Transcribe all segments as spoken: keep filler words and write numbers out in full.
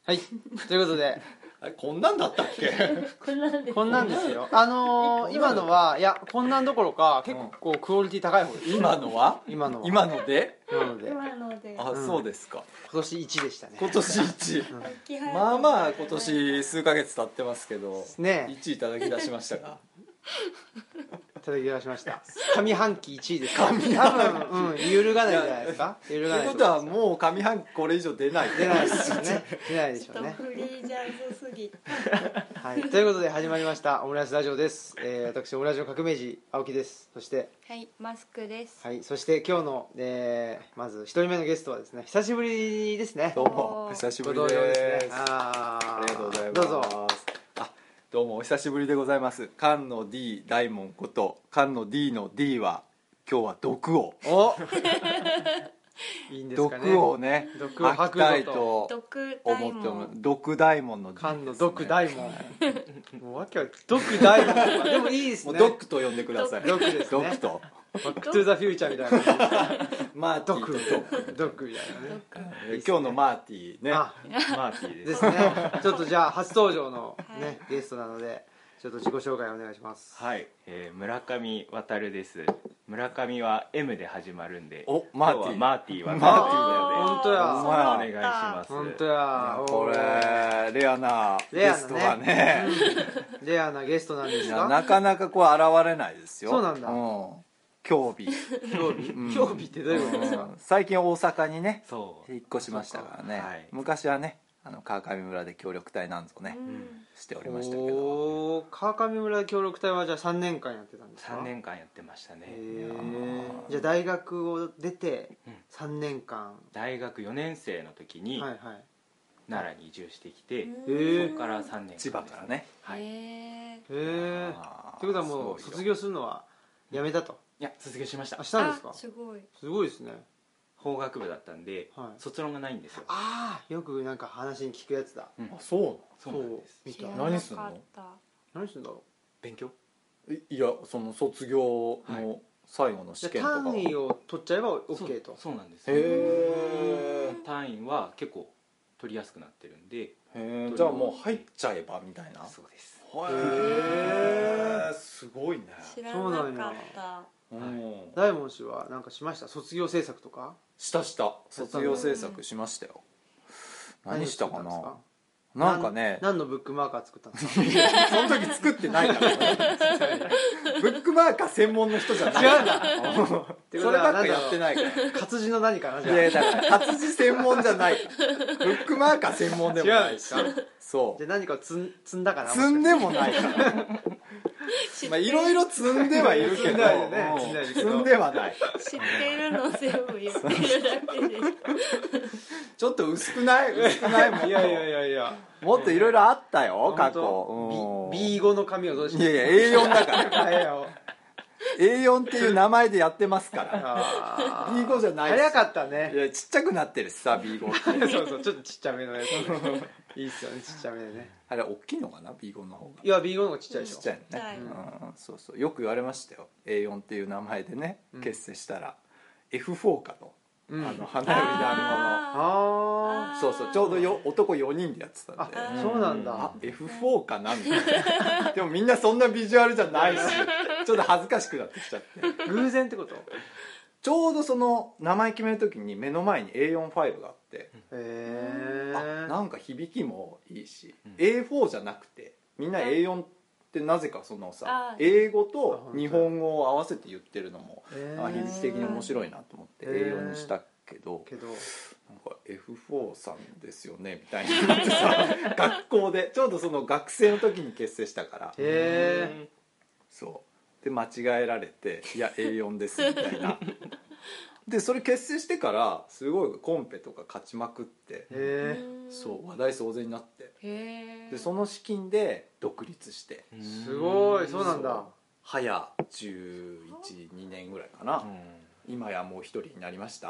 はい、ということであれこんなんだったっけこんなんです。 こんなんですよ。あのー、今のはいやこんなんどころか結構クオリティ高い方です。 今のは今のは今ので今ので今ので。 あ、 うんそうですか。 今年いちでしたね。 今年いち、 うんまあまあ今年数ヶ月経ってますけどねいちいただき出しましたがいただき出しました。上半期いちいです。上半期多分、うん、揺るがないんじゃないですか。揺るがないということはもう上半期これ以上出ない出ないですよね。出ないでしちょっとょうね。 フリージャズすぎ。 はい、ということで始まりましたオムライスラジオです。えー、私オムライスの革命児青木です。そしてはい、マスクです。 はい、そして今日の、えー、まず一人目のゲストはですね、久しぶりですね。 どうも久しぶりご同です僚ですね。あーありがとうございます。 どうぞ。 あ、どうもお久しぶりでございます。菅野 D 大門こと菅野 D の D は今日は毒をおいいんですかね。 毒をね毒を吐くぞと吐きたいと毒思大っております。 門。 毒大門の D 菅野ですね毒大門。もうわけは毒大門とかでもいいですね。 もうドックと呼んでください。 ドックですねドックとバックトゥザフューチャーみたいな。 マーティ毒ーとドック。 毒みたいなね。 えー今日のマーティーね。 あマーティーで。 ですすね。ちょっとじゃあ初登場のね、 はいゲストなのでちょっと自己紹介お願いします。 はい、えー村上渉です村上は エム で始まるんでおマーティー今日はマーティーはマーティーだよね本当やお前お願いします本当や。 これレアなレアなねゲストがね。 うんレアなゲストなんですいやが。 なかなかこう現れないですよ。 そうなんだ興味。 興味うん興味ってどういうことですか。 うん最近大阪にねそう引っ越しましたからね、 はい昔はねあの川上村で協力隊なんぞね、 うんしておりましたけどおー川上村協力隊はじゃあさんねんかんやってたんですか。 さんねんかんやってましたねへーじゃあ大学を出てうんさんねんかん、 大学よねん生の時にはいはい。 奈良に移住してきて、 へーそこからさんねんかんです千葉からねはい、いへへえ。 あーってことはもうすごいよ卒業するのはやめたと。 や卒業しましたあしたんですかあ。すごい。 すごいですね。 法学部だったんで、 はい卒論がないんですよああよくなんか話に聞くやつだ。 うんあそうそうなんです見た知ら。 何すんのなかった。 何してんだろ勉強いいやその卒業はの最後のう。じゃ試験とかはあ単位を取っちゃえばそう OK と。 そうなんですへえ単位は結構取りやすくなってるんでへえじゃあもう入っちゃえばみたいな。 そうですへえすごいね。 知らなかった。 うん大門氏はなんかしました卒業制作とか。 したした卒業制作しましたよ。何したかな何作ったんですか。 なんかね何のブックマーカー作ったんですか。 その時作ってないからブックマーカー専門の人じゃない違うんだ。 そればっかやってないから活字の何かなじいやゃあ。 だから活字専門じゃないからブックマーカー専門でもないし違うんでそうじゃあ何かを積ん積んだかな。 積んでもないからまあいろいろ積んではいるけど積んではいるねうん積んではいるけど積んではない知ってるの全部言ってるだけで。 ちょっと薄くない薄くないもっといやいやいやいや。 もっといろいろあったよ過本当去ビ ビーご の紙をどうしいて。 やいや エーよん だからはいよ。 エーよん っていう名前でやってますからあービーご じゃないです早かったいね。 やちっちゃくなってるしさ ビーご ってそうそうちょっとちっちゃめのやつ。いいっすよねちっちゃめでね。 あれ大きいのかな ビーご の方がいや ビーご の方がちっちゃいでしょ。 ちっちゃいのね、 はいうん、そうそうよく言われましたよ エーよん っていう名前でねうん結成したら、エフフォー かと、 うんあの花より団あ子のそうそうちょうどよ男よにんでやってたんであそうなんだあ エフフォー かなみたいなでもみんなそんなビジュアルじゃないしちょっと恥ずかしくなってきちゃってー偶然ってこと。 ちょうどその名前決める時に目の前に エーよんファイブ があって、 へえ。 あなんか響きもいいし、 うんエーフォー じゃなくてみんな エーよん ってなぜかそのさあ英語と日本語を合わせて言ってるのもへーあ響き的に面白いなと思ってへーエーよん にしたけどけどなんか エフフォー さんですよねみたいになってさ学校でちょうどその学生の時に結成したからへえ。 そうで間違えられていや エーよん ですみたいなでそれ結成してからすごいコンペとか勝ちまくってへえ。 そう話題騒然になってへえ。 でその資金で独立してすごいそうなんだ。 早じゅういち、にねんぐらいかな、 今やもう一人になりました。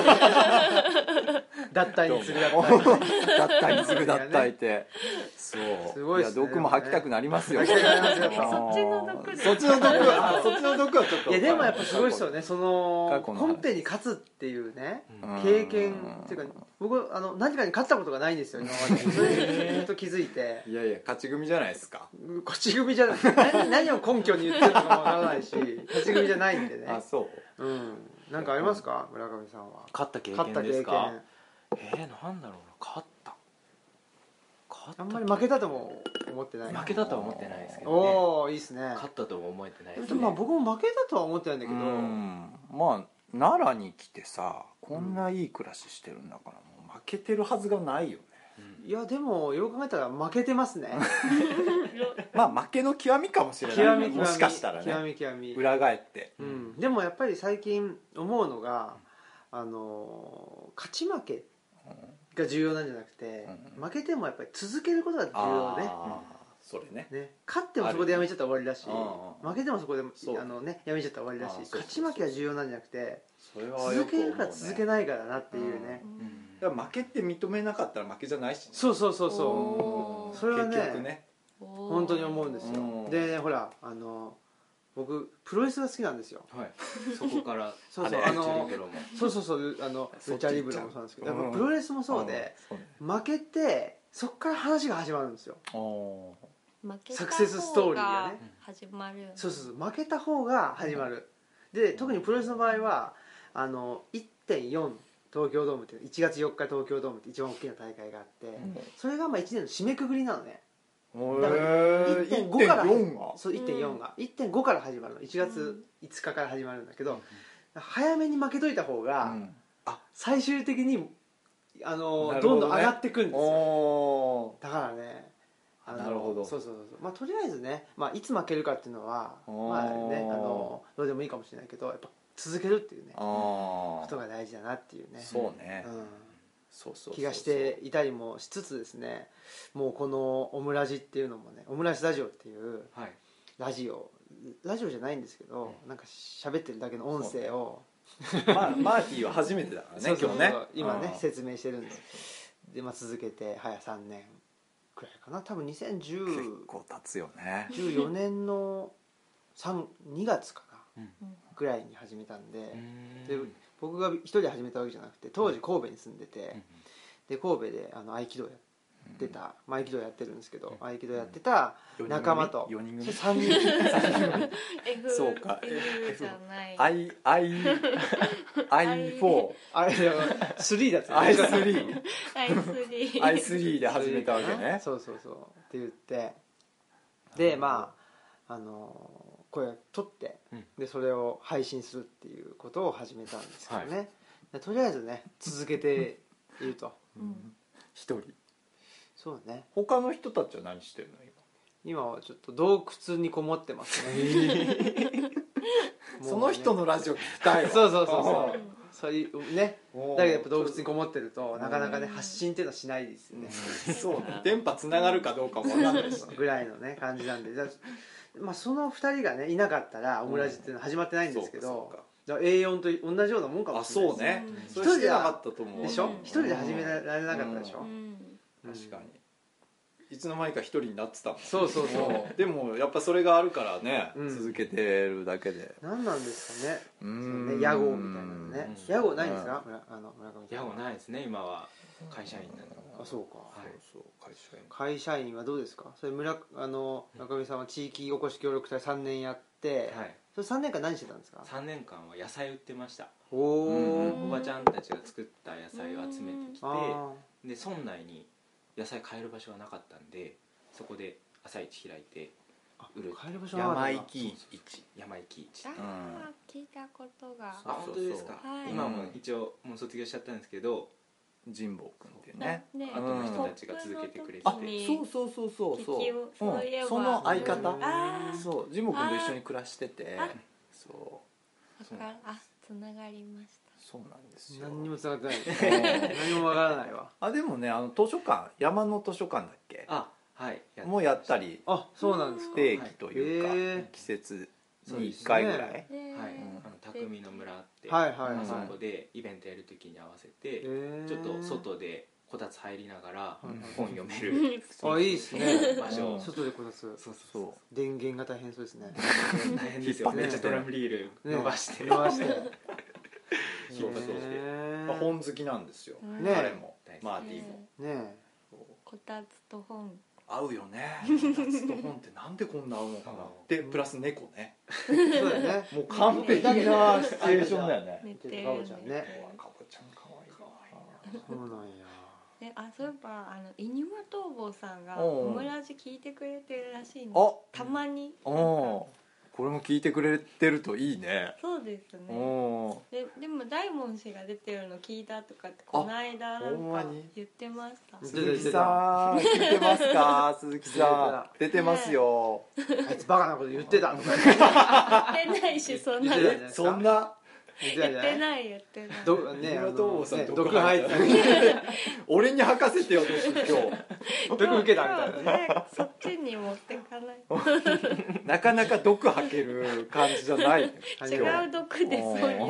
脱退に次ぐ脱どうも退脱退に次ぐ脱退ってそうすごいっすねや毒も吐きたくなりますよ。 吐きたくなりますよあーそっちの毒でそっちの毒はあそっちの毒はちょっといやでもやっぱすごいですよね、その過去の話コンペに勝つっていうねうん経験っていうか、僕あの何かに勝ったことがないんですよ今まで。それにずっと気づいて、 いやいや勝ち組じゃないですか。 勝ち組じゃない、何何を根拠に言ってるのかもわからないし、勝ち組じゃないんでね。 あそううんなんかありますか村上さんは。 勝った経勝った経験ですか。 験えー、なんだろうな、勝った勝ったあんまり負けたとも思ってない。 負けたとは思ってないですけどね。 おおいいですね。 勝ったとも思えてないですでもね。 まあ僕も負けたとは思ってないんだけど、 うんまあ奈良に来てさこんないい暮らししてるんだからもう負けてるはずがないよね。 いやでもよく考えたら負けてますね。 まあ負けの極みかもしれない極み極みもしかしたら極ねみ極み。 裏返ってうん、でもやっぱり最近思うのが、あの勝ち負けが重要なんじゃなくて、 うん負けてもやっぱり続けることが重要ね。 ああそれねね、勝ってもそこでやめちゃったら終わりだし、 うん負けてもそこでそうあの、ね、やめちゃったら終わりだし、 あーそうそうそう勝ち負けが重要なんじゃなくてそれはよ続けく思うねるか続けないかだなっていうね、 うんだから負けって認めなかったら負けじゃないしねそうそうそうおーそうそれはね結局ね本当に思うんですよ、 うんでねほらあの僕プロレスが好きなんですよ。 はい、そこからそうそうあれあのルチャリブロもそうそうそうあのルチャリブロもそうなんですけど、やっぱプロレスもそうで、 うんそうね負けてそっから話が始まるんですよ。 お負けたサクセスストーリーがね始まる。 そうそうそう負けた方が始まる、で特にプロレスの場合はあの いってんよん 東京ドームっていういちがつよっか東京ドームって一番大きな大会があって、それがまあいちねんの締めくくりなのね。 ーだからへーいってんごからいってんよんがそう いってんよん が いってんご から始まるのいちがついつかから始まるんだけど、早めに負けといた方が、 うん最終的にあのなるほどねどんどん上がっていくんですよ。 おだからねあのなるほどそうそうそうそうまあとりあえずね、まあ、いつ負けるかっていうのはおーまあねあのどうでもいいかもしれないけどやっぱ続けるっていうねあことが大事だなっていうねそうねうんそうそうそうそう気がしていたりもしつつですね、もうこのオムラジっていうのもねオムラジラジオっていうはいラジオラジオじゃないんですけど、なんか喋ってるだけの音声をまあマーティーは初めてだからねそうそうそう今日ね今ねうん説明してるんですで、まあ、続けて早さんねんくらいかな多分にせんじゅう結構経つよねじゅうよねんのにがつかなうんぐらいに始めたんで、でうん僕が一人で始めたわけじゃなくて当時神戸に住んでて、 うんで神戸であの合気道やってた、まあ、合気道やってるんですけど、合気道やってた仲間とよにん組さんにんさんにん組 F そうか F じゃない。 アイアイアイフォーあれスリーだったアイスリーアイスリー。 アイスリーで始めたわけねそうそうそうって言ってでまああのこれ撮って、 うんでそれを配信するっていうことを始めたんですけどね、でとりあえずね続けているとうん一人そうね他の人たちは何してるの今はちょっと洞窟にこもってますね今その人のラジオ聞きたいわそうそうそうそうそういうねおーだけどやっぱ洞窟にこもってるとなかなかね発信っていうのはしないですよねそうね電波つながるかどうかも分かんないしねぐらいのね感じなんでじゃあまあそのふたりがねいなかったらオムラジっていうのは始まってないんですけどそうかだから エーよん と同じようなもんかそうかあもしれないそうねうんそれしてなかったと思うでしょうん一人で始められなかったでしょ、 うんうん確かにいつの間にか一人になってたもんそうそうそうでもやっぱそれがあるからね、 うん続けてるだけで何なんですかねうーそうんね屋号みたいなのねうん屋号ないんですか村あの村上さん屋号ないですね今は会社員なんで。 あそうか、 はいそうそう会社員会社員はどうですかそれ村あの中上さんは地域おこし協力隊さんねんやって、 はい、 それさんねんかん何してたんですかさんねんかんは野菜売ってました。 おお、 うんおばちゃんたちが作った野菜を集めてきて、 あで村内に野菜買える場所がなかったんでそこで朝市開いてあ売る帰る場所なかったんだ山行き市山行き市。 ああ聞いたことが。 あ本当ですか。 はい今も一応もう卒業しちゃったんですけど、 神保君っていうねね後の人たちが続けてくれてて、 あそうそうそうそうそう聞きをそういえばんその相方あーそう神保君と一緒に暮らしててあそうわかるあつながりました。 そうなんですよ何にもつながってない何もわからないわあでもねあの図書館山の図書館だっけあはいやもうやったりあそうなんです不か定期というか、 へー季節にいっそうですねかいぐらい、 ねはい、 うんあので匠の村ってはいはいはいあそこでイベントやるときに合わせてえーちょっと外でこたつ入りながらはいはい本読めるあいいっすね場所外でこたつそうそうそ電源が大変そうですね大変ですよねめっちゃドラムリールね伸ばして伸ばしてそうそうへーう本好きなんですよ、 うんね彼も大好きマーティも、 ねこたつと本合うよね夏と本ってなんでこんな合うのかなでプラス猫ねえそうだよねもう完璧なシチュエーションだよね寝てるかぼちゃんねかぼちゃんかわいいそうなんやであそういえばあのイニマ逃亡さんがおうオムラジ聞いてくれてるらしいんであたまにおなんかおこれも聞いてくれてるといいねそうですおねおででも大門氏が出てるの聞いたとかってこの間なんかほんまに言ってましたうん鈴木さん聞いてますか鈴木さん出てますよあいつバカなこと言ってたとか言ってないしそんな言ってた言そんな言ってたんじゃないってない言ってないどね今あの東郷さんね毒毒入ってた俺に吐かせてよどうして今毒受けたみたいなねねそっちに持ってかない日なかなか毒吐ける感じじゃないね違う毒でそういう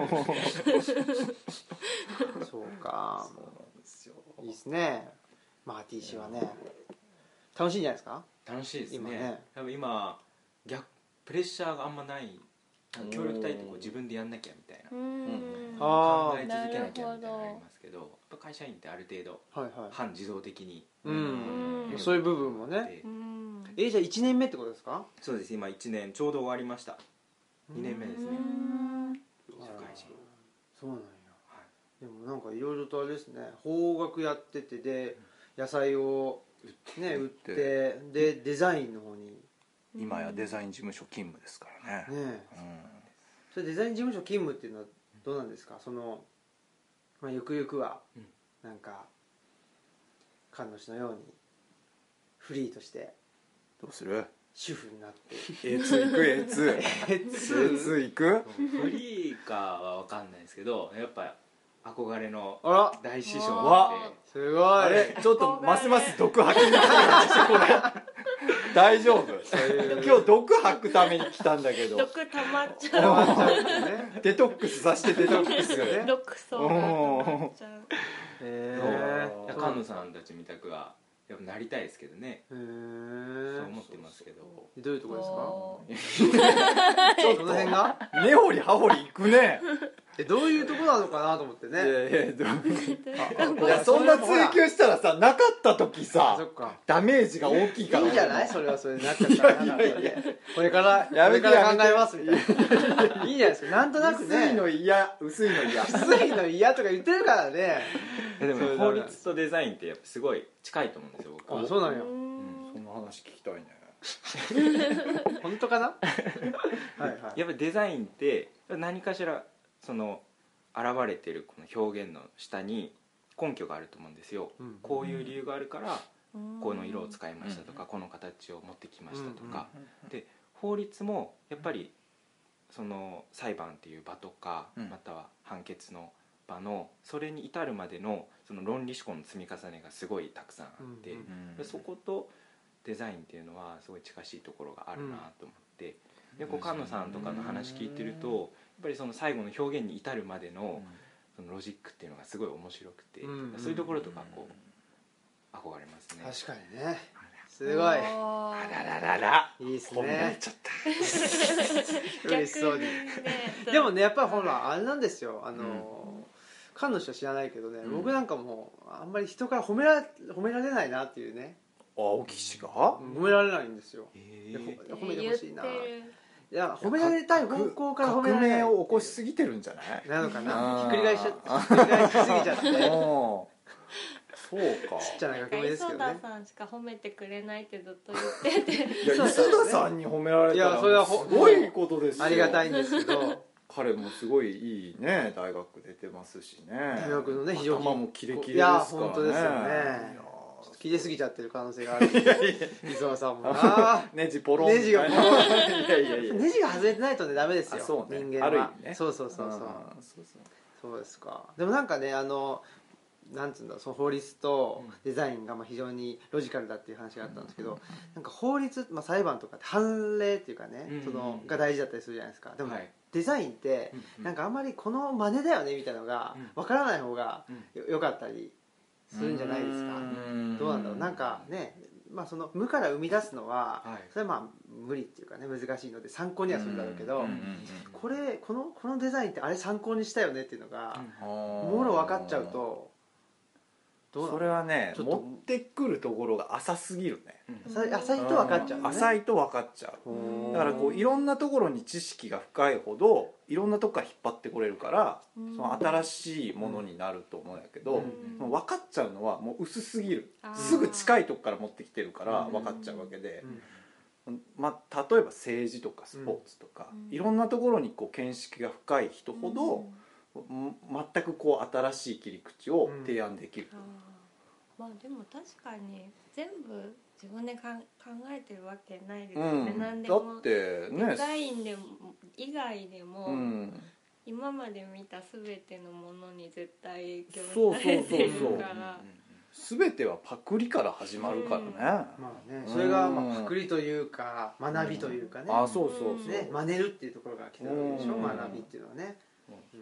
そうかそうなんですよいいですねマーティー氏はね楽しいんじゃないですか楽しいですね今ね多分今逆プレッシャーがあんまない協力隊ってこう自分でやんなきゃみたいなうーんあ考え続けなきゃみたいなのありますけどやっぱ会社員ってある程度はいはい半自動的にうんうんそういう部分もねでうんえじゃあいちねんめってことですかそうです今いちねんちょうど終わりましたにねんめですねうん社会人そうなんやはでもなんかいろいろとあれですね法学やっててで野菜をね売ってでデザインの方に今やデザイン事務所勤務ですからねねうんそれデザイン事務所勤務っていうのはどうなんですかその、まあ、ゆくゆくはうんなんか菅野氏のようにフリーとしてどうする主婦になってエーツー 行く エーツーえエーツー 行くフリーかは分かんないですけどやっぱ憧れのあら大師匠わがいてすごいあれちょっとますます毒吐きに来てるこれ大丈夫今日毒吐くために来たんだけど毒溜まっち変わゃっちゃうってねデトックスさせてデトックスねう毒素が溜まっちゃうへいや菅野さんたちみたくはやっぱなりたいですけどねえへそうえ思ってますけどどういうとこおですかちょっとこの辺が根掘り葉掘り行くねえどういうとこなのかなと思ってねいやいやどうーいやそんな追求したらさなかった時あさそっかダメージが大きいからいいんじゃないそれはそれでなっちゃったらなんかそれでこれからやめてこれから考えますみたいないいんじゃないですかなんとなく薄いのね嫌薄いの嫌薄いの嫌とか言ってるからねでもそう法律とデザインってやっぱすごい近いと思うんですよ僕はあそうなんやそんな話聞きたいね本当かなはいはいやっぱりデザインって何かしらその現れてるこの表現の下に根拠があると思うんですよ、 うんこういう理由があるからうんこの色を使いましたとか、この形を持ってきましたとか、で法律もやっぱりその裁判っていう場とか、 うんまたは判決の場のそれに至るまでのその論理思考の積み重ねがすごいたくさんあって、 うんうんでそことデザインっていうのはすごい近しいところがあるなと思って、でこう菅野さんとかの話聞いてるとやっぱりその最後の表現に至るまでのそのロジックっていうのがすごい面白くて、 うんそういうところとかこう憧れますね。 確かにねすごいおーあららららいいです褒められねちゃった嬉しそうに逆ねでもねやっぱりほらあれなんですよあの菅野氏は知らないけどねうん僕なんかもうあんまり人から褒めら褒められないなっていうね青木氏が褒められないんですよへでーほ褒めてほしいな言ってるいや褒められたい方向から褒められない革命を起こしすぎてるんじゃないなのかなあーひっくり返しちゃひっくり返しすぎちゃってちっうんそうかちゃな革命ですけ磯どね田さんしか褒めてくれないってずっと言ってていや磯田さんに褒められたいやそれらはほすごいことですよありがたいんですけど彼もすごいいいね大学出てますしね大学のね非常に頭もキレキレですからねいや本当ですよねいや切れすぎちゃってる可能性がある磯田さんもなネジポロンネジがポロンいやいやいやネジが外れてないとねダメですよあそうね人間はある意味ねそうそうそうそううんそうそうそうですかでもなんかねあのなんつうんだその法律とデザインがまあ非常にロジカルだっていう話があったんですけど、なんか法律、まあ、裁判とかって判例っていうかね、そのが大事だったりするじゃないですか。でも、はい、デザインってなんかあんまりこの真似だよねみたいなのが分からない方が よ, よかったりするんじゃないですか。どうなんだろう、なんかね、まあ、その無から生み出すのは、はい、それはまあ無理っていうかね難しいので参考にはするんだろうけど、これこのこのデザインってあれ参考にしたよねっていうのが、うん、もろ分かっちゃうとどうそれはね持ってくるところが浅すぎるね、 うん、浅いと分かっちゃう、ね、 浅いと分かっちゃう。だからこういろんなところに知識が深いほどいろんなとこから引っ張ってこれるから、うん、その新しいものになると思うんだけど、うん、分かっちゃうのはもう薄すぎる、すぐ近いとこから持ってきてるから分かっちゃうわけで、うんまあ、例えば政治とかスポーツとか、うん、いろんなところにこう見識が深い人ほど、うん、全くこう新しい切り口を提案できる、 うん、まあでも確かに全部自分でかん考えてるわけないですよね、うん、なんでもだってねデザインでも以外でも、うん、今まで見た全てのものに絶対影響されてるから全てはパクリから始まるからね、うん、 まあねそれがまあパクリというか学びというかね、 うん、あそうそうそう、 ね、真似るっていうところから来てるわけでしょ、うん、学びっていうのはね、うん、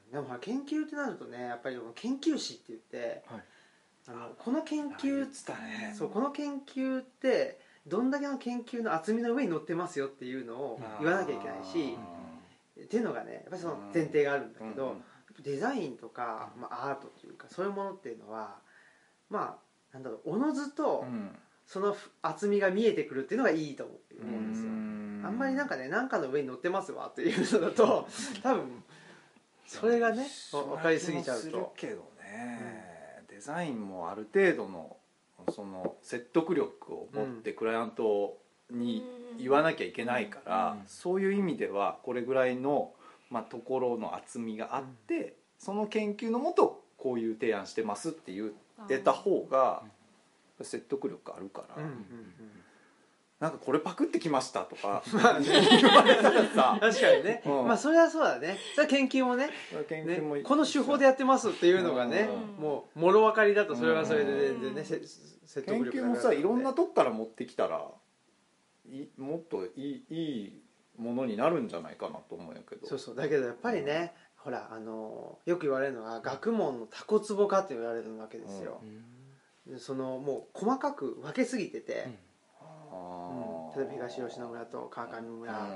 でも研究ってなるとねやっぱり研究士って言って、はい、あのこの研究っつったね、そうこの研究ってどんだけの研究の厚みの上に乗ってますよっていうのを言わなきゃいけないし、っていうのがねやっぱりその前提があるんだけど、デザインとか、まあ、アートというかそういうものっていうのはまあなんだろうおのずとその厚みが見えてくるっていうのがいいと思うんですよ。あんまりなんかね何かの上に乗ってますわっていうのだと多分それがね分かりすぎちゃうと。するけどね、うん、デザインもある程度のその説得力を持ってクライアントに言わなきゃいけないから、うん、そういう意味ではこれぐらいの、まあ、ところの厚みがあって、うん、その研究のもとこういう提案してますって言ってた方が説得力あるから、うんうんうん、なんかこれパクってきましたとか言われたらさ確かにね、うん、まあそれはそうだね。それは研究もね、研究もねこの手法でやってますっていうのがね、うん、もうもろ分かりだとそれはそれで全然ね、うん、説得力研究もさいろんなとこから持ってきたらいもっといい、いいものになるんじゃないかなと思うんやけど。 そうそうだけどやっぱりね、うん、ほらあのよく言われるのは学問のタコツボ化って言われるわけですよ、うん、そのもう細かく分けすぎてて、うんうん、例えば東吉野村と川上村、うんうんうん、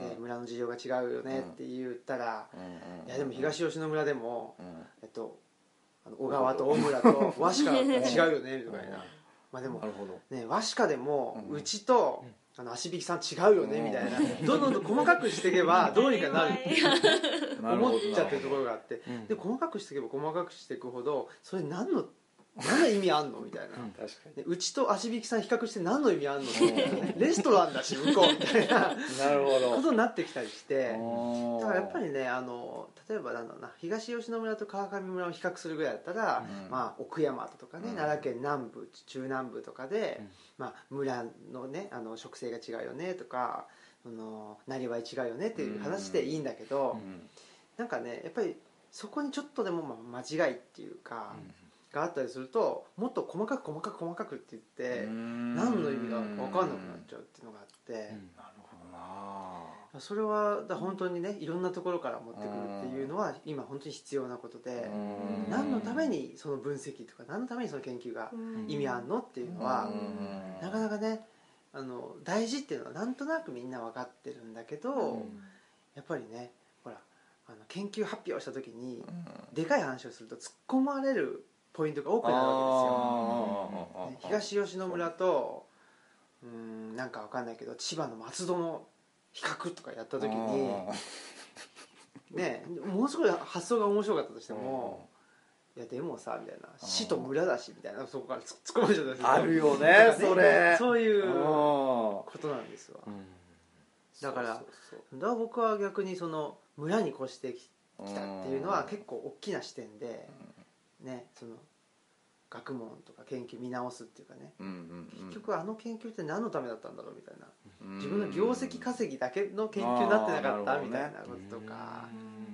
で村の事情が違うよねって言ったら、うんうんうん、いやでも東吉野村でも、うんえっと、あの小川と大村と和紙が違うよねみたいなまあでも、ね、和紙かでもうちと、うん、あの足引さん違うよねみたいなどんどんどん細かくしていけばどうにかなるって思っちゃってるところがあって、で細かくしていけば細かくしていくほどそれ何の何の意味あんのみたいな、うん、確かにうちと足引さん比較して何の意味あんのみたいな、ね、レストランだし向こうみたいななるほどことになってきたりしてだからやっぱりねあの例えばなんだろうな東吉野村と川上村を比較するぐらいだったら、うんまあ、奥山とかね、うん、奈良県南部中南部とかで、うんまあ、村のねあの植生が違うよねとかそのなりわい違うよねっていう話でいいんだけど、うん、なんかねやっぱりそこにちょっとでも間違いっていうか、うんがあったりするともっと細かく細かく細かくって言って何の意味が分かんなくなっちゃうっていうのがあって、うん、なるほどなそれはだ本当にねいろんなところから持ってくるっていうのは今本当に必要なことで何のためにその分析とか何のためにその研究が意味あんのっていうのはなかなかねあの大事っていうのはなんとなくみんな分かってるんだけどやっぱりねほらあの研究発表した時にでかい話をすると突っ込まれるポイントが多くなるわけですよ。東吉野村とうーんなんかわかんないけど千葉の松戸の比較とかやった時にねものすごい発想が面白かったとしてもいやでもさみたいな市と村だしみたいなそこから突っ込まれちゃったりするあるよ ね, ねそれそういうことなんですわ。だからだから僕は逆にその村に越してきたっていうのは結構大きな視点でね、その学問とか研究見直すっていうかね、うんうんうん、結局あの研究って何のためだったんだろうみたいな、うん、自分の業績稼ぎだけの研究になってなかったみたいなこととか、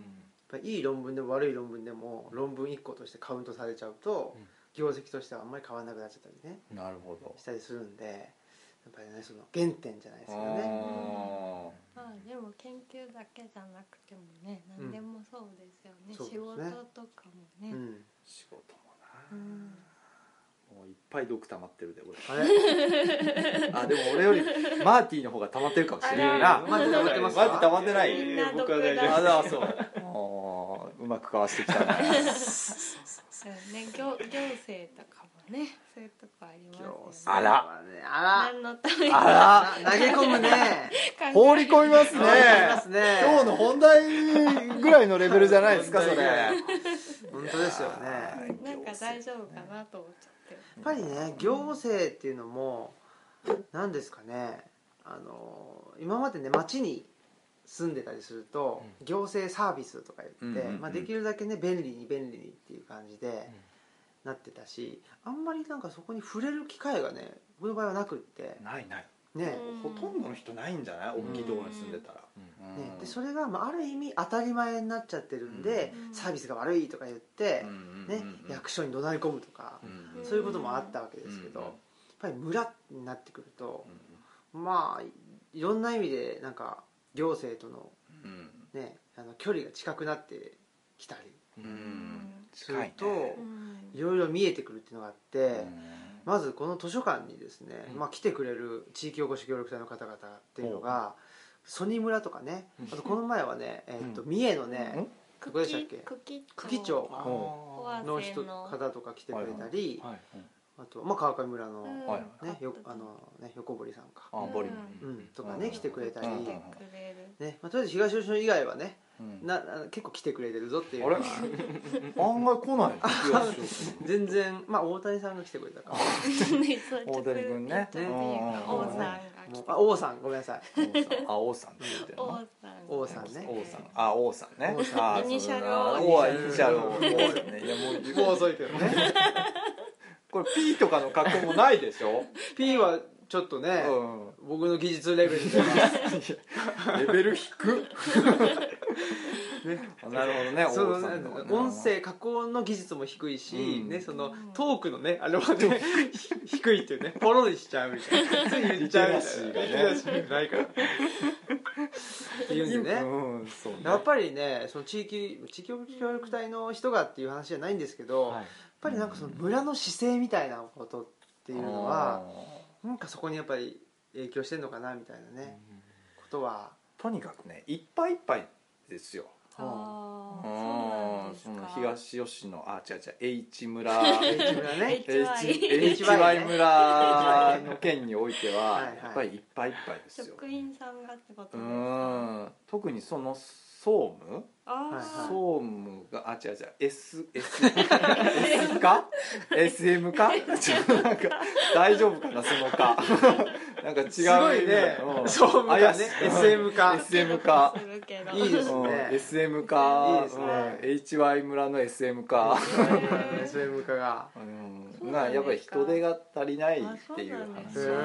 ぱりいい論文でも悪い論文でも論文いっことしてカウントされちゃうと、うん、業績としてはあんまり変わらなくなっちゃったりね、 なるほどしたりするんで、やっぱりねその原点じゃないですけどね。 ああでも研究だけじゃなくてもね、何でもそうですよね、うん、仕事とかもね、うん、 仕事もな、うんもういっぱい毒溜まってるで俺あれあでも俺よりマーティーの方が溜まってるかもしれないな。 マーティー溜まってますか？ マーティー溜まってない。 みんな毒だああそううまくかわしてきたねね、行, 行政とかもねそういうとこありますよね。 あらあら何のためにあら投げ込むね放り込みますねますね。 今日の本題ぐらいのレベルじゃないですかそれ本当ですよね。 なんか大丈夫かなと思っちゃって、 やっぱりね行政っていうのも何ですかね、あの今までね町に住んでたりすると、うん、行政サービスとか言って、うんうんうんまあ、できるだけね便利に便利にっていう感じで、うん、なってたし、あんまりなんかそこに触れる機会がね僕の場合はなくってないないね、 ほとんどの人ないんじゃない大きいところに住んでたら、 うんね、でそれがまあある意味当たり前になっちゃってるんで、うん、サービスが悪いとか言って、うんね、役所に怒鳴り込むとか、うん、そういうこともあったわけですけど、うん、やっぱり村になってくると、うん、まあいろんな意味でなんか行政との、ね、あの距離が近くなってきたりすると、いろいろ見えてくるっていうのがあって、まずこの図書館にですね、まあ、来てくれる地域おこし協力隊の方々っていうのが曽爾村とかね、あとこの前はね、えー、と三重のね、どこでしたっけ、久喜町の人方とか来てくれたり、あと、まあ、川上村の、ねよあのね、横堀さんか、 あボリうん、とかね来てくれたり、ねまあ、とりあえず東吉野以外はね、うん、な結構来てくれてるぞっていうのは案外来ない全然、まあ大谷さんが来てくれたから大谷君ね、 王さんがあ王さんごめんなさいあ王さんって言ってるの王さんね王さんあ王さんねイニシャル王はイニシャル王ねいやもう遅いけどねこれ P とかの格好もないでしょ P はちょっとね、うん、僕の技術レベルでレベル低っね、なるほどね。 そのね音声加工の技術も低いし、うん、ねそのトークのねあれはね低いっていうねポロにしちゃうみたいな、つい言っちゃうみたいな、リテラシーがないからっていうんでね、うんそうね、やっぱりねその地域地域協力隊の人がっていう話じゃないんですけど、はい、やっぱりなんかその村の姿勢みたいなことっていうのは、うん、なんかそこにやっぱり影響してるのかなみたいなね、うん、ことはとにかくねいっぱいいっぱいですよ。 ああその東吉野あ違う違う H 村 H 村ねエイチワイ 村の県においてはやっぱりいっぱいいっぱいですよ。 職員さんがってことですか。 うん特にその総務総務があ違う違う S S S か エスエム かちょっとなんか大丈夫かなそのかなんか違うすごいね総務かね エスエム かエスエム かいいですねエスエム かいいですねエイチワイ 村の エスエム かエスエム かがうんなやっぱり人手が足りないっていう話を聞いたけど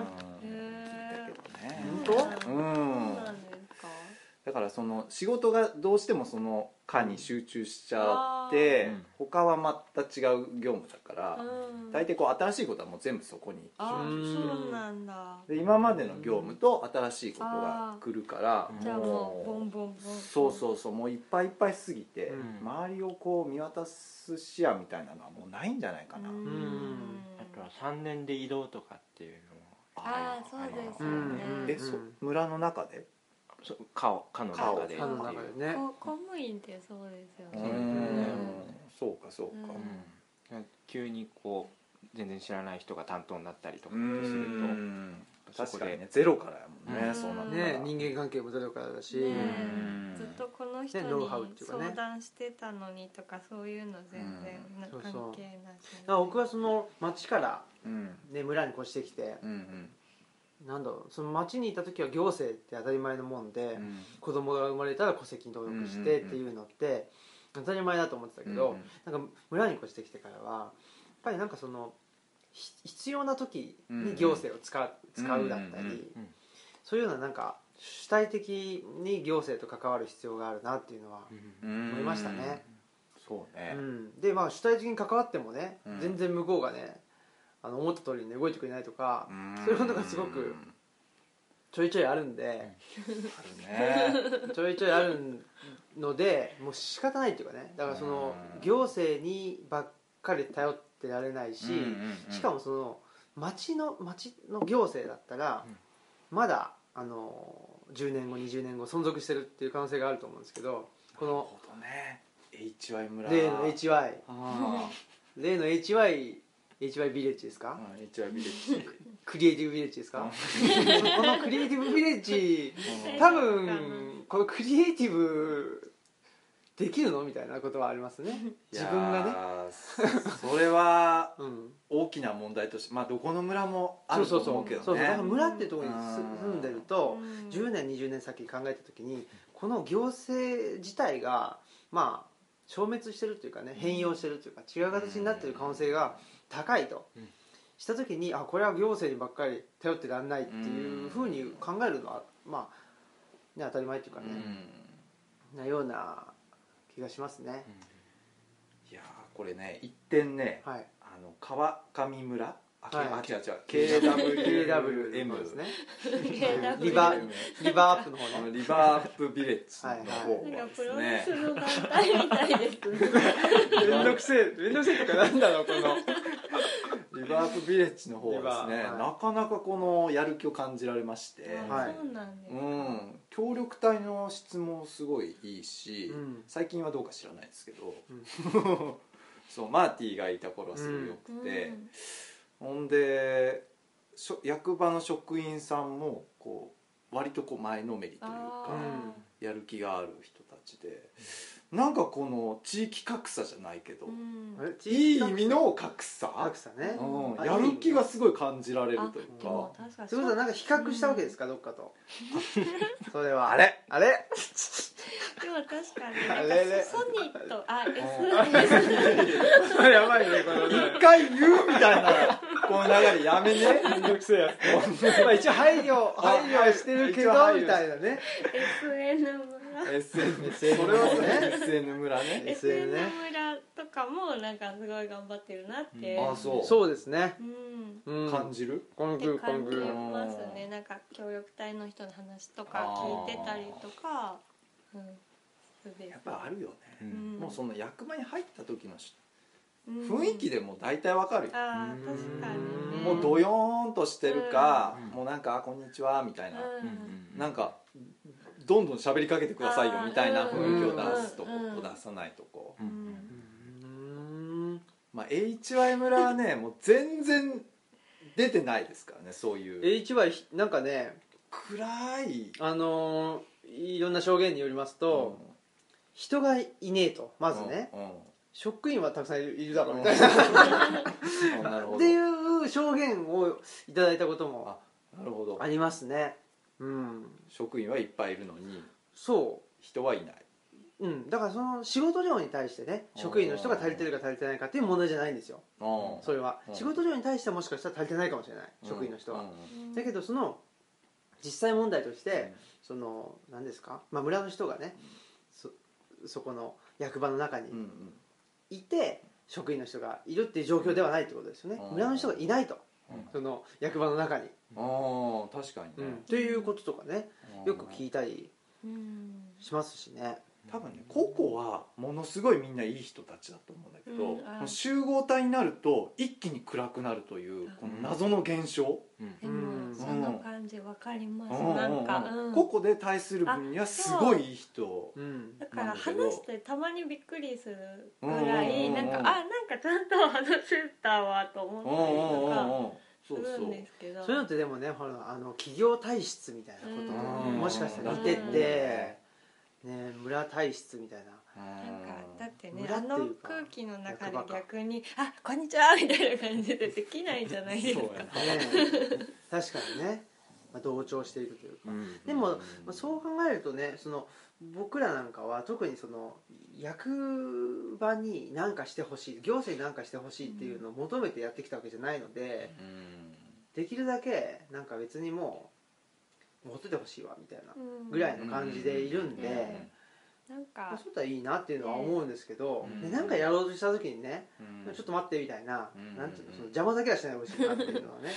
ね本当うんだからその仕事がどうしてもその課に集中しちゃって他はまた違う業務だから大体こう新しいことはもう全部そこに集中してる。 そうなんだ。 で今までの業務と新しいことが来るからじゃあもうボンボンボンそうそうそうもういっぱいいっぱいすぎて周りをこう見渡す視野みたいなのはもうないんじゃないかな。 あとはさんねんで移動とかっていうのもああそうですよね。 えそ村の中で課課の中で課の中でね公務員ってそうですよね。うんそうかそうか、 うん、急にこう全然知らない人が担当になったりとかってすると確かにねゼロからやもんね、うん、そうなったらね人間関係もゼロからだし、ね、 ずっとこの人に相談してたのにとかそういうの全然関係ない。 僕はその町から、ね、村に越してきて、うんうんなんだろうその町にいた時は行政って当たり前のもんで、うん、子供が生まれたら戸籍に登録してっていうのって当たり前だと思ってたけど、うんうん、なんか村に越してきてからはやっぱりなんかその必要な時に行政を使う、うん、使うだったり、うんうん、そういうようななんか主体的に行政と関わる必要があるなっていうのは思いましたね。 そうね、 うん、でまあ主体的に関わってもね、 うん、 全然向こうがねあの思った通りに、ね、動いてくれないとか、そういうことがすごくちょいちょいあるんであるねちょいちょいあるのでもう仕方ないっていうかね、だからその行政にばっかり頼ってられないし、 うんうんうん、 しかもその町の町の行政だったらまだあのじゅうねんごにじゅうねんご存続してるっていう可能性があると思うんですけど、このなるほどね エイチワイ 村例の エイチワイあ例の エイチワイ エイチワイ ビレッジですか、 あ エイチワイ ビレッジクリエイティブビレッジですかこのクリエイティブビレッジ多分このクリエイティブできるのみたいなことはありますね、自分がね。 それはうん大きな問題として、まあどこの村もあると思うけどね。 そうそうそうそう、だから村っていうところに住んでるとうんじゅうねんにじゅうねん先考えた時にこの行政自体がまあ消滅してるというかね、変容してるというか違う形になってる可能性が高いとした時に、あこれは行政にばっかり頼ってらんないっていうふうに考えるのはまあね当たり前というかね、なような気がしますね。 いやーこれね一点ね、 はい、 あの川上村あ、 はい、 あ違う違う ケーダブリューケーダブリューエムですねリリバリバーアップの方ね、 あのリバーアップビレッジの方なんはかプロレですねスの団体みたいですねめんどくせえめんどくせえとかなんだろうこのリバーアップビレッジの方はですね、 はい、 なかなかこのやる気を感じられまして、 はい、 そうなんですか、 うん、協力隊の質もすごいいいし、 うん、 最近はどうか知らないですけど、 うん、 そうマーティがいた頃はすごい良くて、うん、ほんで役場の職員さんもこう割とこう前のめりというかやる気がある人たちで、なんかこの地域格差じゃないけど、うん、いい意味の格差格差ね、 うん、やる気がすごい感じられるというか。 それこそなんか比較したわけですか、うん、どっかとそれはあれあれでも確かにあれれソニーとあ エスエヌやばいねこのね一回言うみたいなこの流れやめねめんどくせえやつまあ一応配慮配慮してるけどみたいなねエスエヌ 村エスエヌエスエヌそれはそれ エスエヌ 村ねエスエヌ 村とかもなんかすごい頑張ってるなって、 うん、あそうそうですね、 うんうん、感じる感じる感じますね。なんか協力隊の人の話とか聞いてたりとか、うん、 やっぱあるよね、 うん、 もうその役場に入った時の雰雰囲気でも大体わかるよ、 あ確かにね、 もうドヨーンとしてるか、 うん、 もうなんかあこんにちはみたいな、 うん、 なんかどんどん喋りかけてくださいよみたいな雰囲気を出すとこと出さないとこ、 うんうん、まあ エイチワイ 村はねもう全然出てないですからね、そういうエイチワイ なんかね暗いあのー、いろんな証言によりますと、うん、人がいねえとまずね、うんうん、職員はたくさんいるだろうみたいなっていう証言をいただいたこともありますね。うん、 職員はいっぱいいるのにそう人はいない、 うん、だからその仕事量に対してね職員の人が足りてるか足りてないかっていう問題じゃないんですよ。それは仕事量に対してはもしかしたら足りてないかもしれない、職員の人は、うん、だけどその実際問題として、うん、その何ですか、まあ、村の人がね、そ, そこの役場の中にいて職員の人がいるっていう状況ではないってことですよね。村の人がいないと、その役場の中に、 あ確かにね、 うん、ということとかねよく聞いたりしますしね。 多分ね個々はものすごいみんないい人たちだと思うんだけど、うん、集合体になると一気に暗くなるというこの謎の現象、 うん、でもその感じ分かります、うん、なんか、うん、 個々で対する分にはすごいいい人だから話してたまにびっくりするぐらいなんかあなんかちゃんと話せたわと思ったりとかするんですけど、 そういうのってでもねほらあの企業体質みたいなことともしかしたら似てて、ね、村体質みたいな。 なんかだってねあの空気の中で逆に「あこんにちは」みたいな感じでできないじゃないですか。 ね、確かにね、まあ、同調していくというか、うん、でも、まあ、そう考えるとねその僕らなんかは特にその役場に何かしてほしい行政に何かしてほしいっていうのを求めてやってきたわけじゃないので、うん、できるだけなんか別にもほっといてほしいわみたいなぐらいの感じでいるんで、 なんか、 まあ、そうだったらいいなっていうのは思うんですけど、 うんでなんかやろうとした時にね、 うんちょっと待ってみたいな、 うんなんていうの、その邪魔だけはしないでほしいなっていうのはね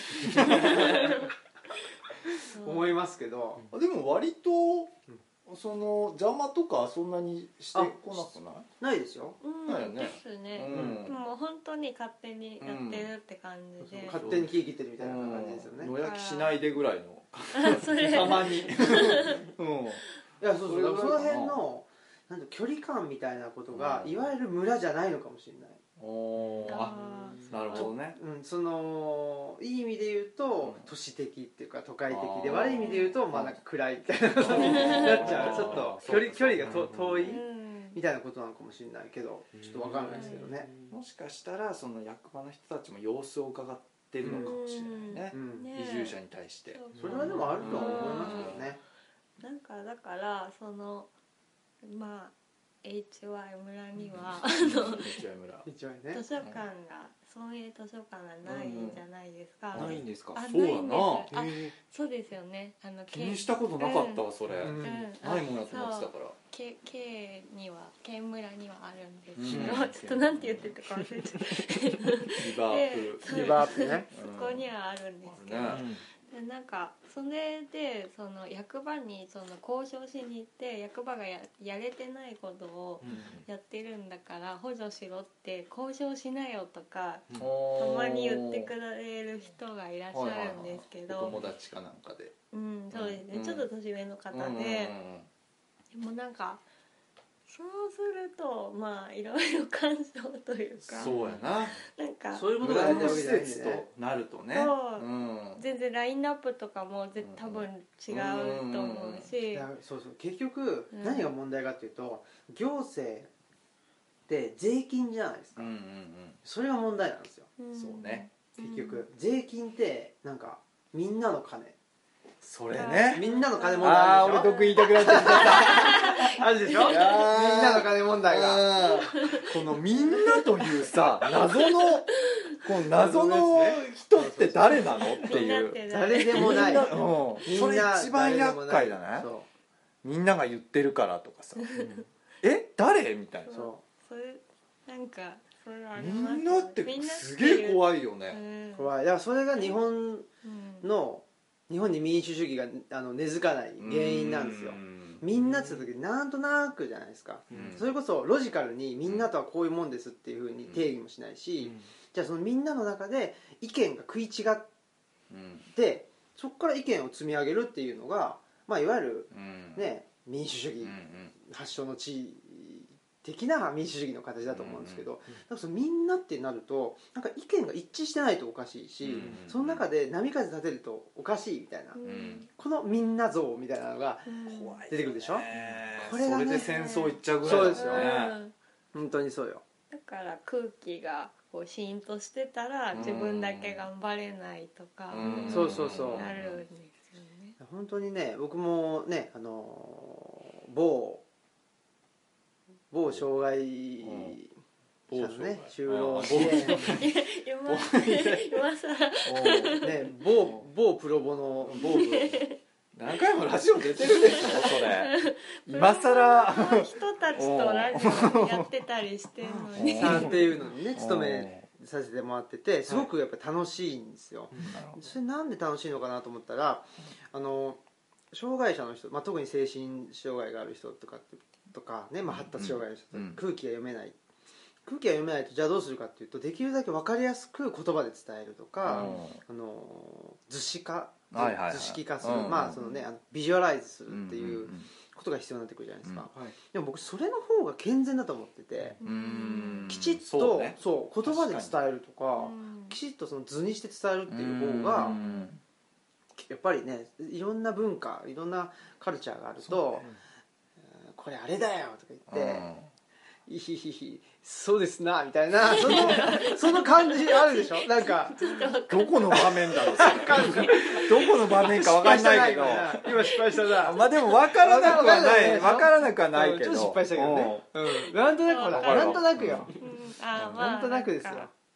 思いますけど、 でも割とその邪魔とかそんなにしてこなくない？ ないですよ。 うん、 だよねですね、 うんもう本当に勝手にやってるって感じで、 勝手に木切ってるみたいな感じですよね。 野焼きしないでぐらいのそれたまにうんいやそうそう、だからその辺のなんて距離感みたいなことが、 うんいわゆる村じゃないのかもしれない。 おーああーなるほどね。 うん、そのいい意味で言うと、 うん都市的っていうか都会的で、 あー悪い意味で言うとまあなんか暗いみたいなことになっちゃう、ちょっと距離距離がと遠いうんみたいなことなのかもしれないけど、ちょっと分かんないですけどね。 もしかしたらその役場の人たちも様子を伺ってるのかもしれないね、 うんね移住者に対して。 それはでもあるとは思いますけどね。 なんかだからそのまあ エイチワイ 村には一応村一応ね図書館が村営図書館がないんじゃないですか、 ないんですか？ あそうやなないんですあへそうですよね、あの気にしたことなかったわそれ、 うんうんないもんやと思ってたから。 K, K には K 村にはあるんですけど、 うんちょっとなんて言ってたか忘れちゃったリバープでリバーアップね。 そこにはあるんですけど、 あるねでなんかそれでその役場にその交渉しに行って、役場が や, やれてないことをやってるんだから補助しろって交渉しなよとかたたまに言ってくれる人がいらっしゃるんですけど、 お友達かなんかで。 うんそうですね、 うんちょっと年上の方で、 うんうんうんでもなんかそうするとまあいろいろ干渉というか、 そうやな。 なんかそういうことがや村のりたいわけ施設じゃないんでね。 となるとね。 そううん全然ラインナップとかもぜ多分違うと思うし、 いやそうそう、結局うん何が問題かっていうと、行政って税金じゃないですか。 うんうんそれが問題なんですよ。 うん。そうね。 結局税金ってなんかみんなの金、 それね。 みんなの金問題ああーあるでしょ。 俺得意言いたくなっちゃった。 あるでしょ。みんなの金問題が。 うんこのみんなというさ謎のこの謎の人って誰なのっていう。 誰でもない。 みんなうんみんなそれ一番厄介だね。 そみんなが言ってるからとかさ。え誰みたいな。 うそそれなんかそれありみますんなってすげえ怖いよね。 うんう。怖い。だからそれが日本うんの日本に民主主義があの根付かない原因なんですよ。みんなって言った時になんとなくじゃないですか。 うんそれこそロジカルにみんなとはこういうもんですっていうふうに定義もしないし、じゃあそのみんなの中で意見が食い違ってそこから意見を積み上げるっていうのが、まあ、いわゆる、ね、民主主義発祥の地的な民主主義の形だと思うんですけど、だからそのみんなってなるとなんか意見が一致してないとおかしいし、その中で波風立てるとおかしいみたいな、 うんこのみんな像みたいなのがうん怖い出てくるでしょ。 これこれがねで戦争いっちゃうぐらいだそうですようん本当にそうよ。 だから空気がこうシーンとしてたら自分だけ頑張れないとかうんそうそうそうなるんですよね。 本当にね、僕もね、あの某某障害者のね就労支援今今さらね、某某プロボの某何回もラジオ出てるでしょそれ今さら人たちとラジオやってたりしてるのにさんっていうのにね勤めさせてもらってて、すごくやっぱ楽しいんですよ。それなんで楽しいのかなと思ったら、あの障害者の人、まあ、特に精神障害がある人とかとかね、まあ、発達障害の人とか、 うん空気が読めない空気が読めないとじゃあどうするかっていうと、できるだけ分かりやすく言葉で伝えるとか、あの図示化、 はいはいはい図式化する、 うんまあそのね、あのビジュアライズするっていうことが必要になってくるじゃないですか、 うんでも僕それの方が健全だと思ってて、 うんきちっとそうねそう言葉で伝えるとか、 うんきちっとその図にして伝えるっていう方が、 うんやっぱりね、いろんな文化いろんなカルチャーがあると、うんこれあれだよとか言って、いひひひそうですなみたいなそのその感じあるでしょ。なんかどこの場面だろうそれどこの場面か分かんないけど今失敗したな。 まあでも分からなくはないわ分からなくはないけどちょっと失敗したけどね、うん、なんとなくほらわかるなんとなくよ、 うんあーまあなんとなくですよ。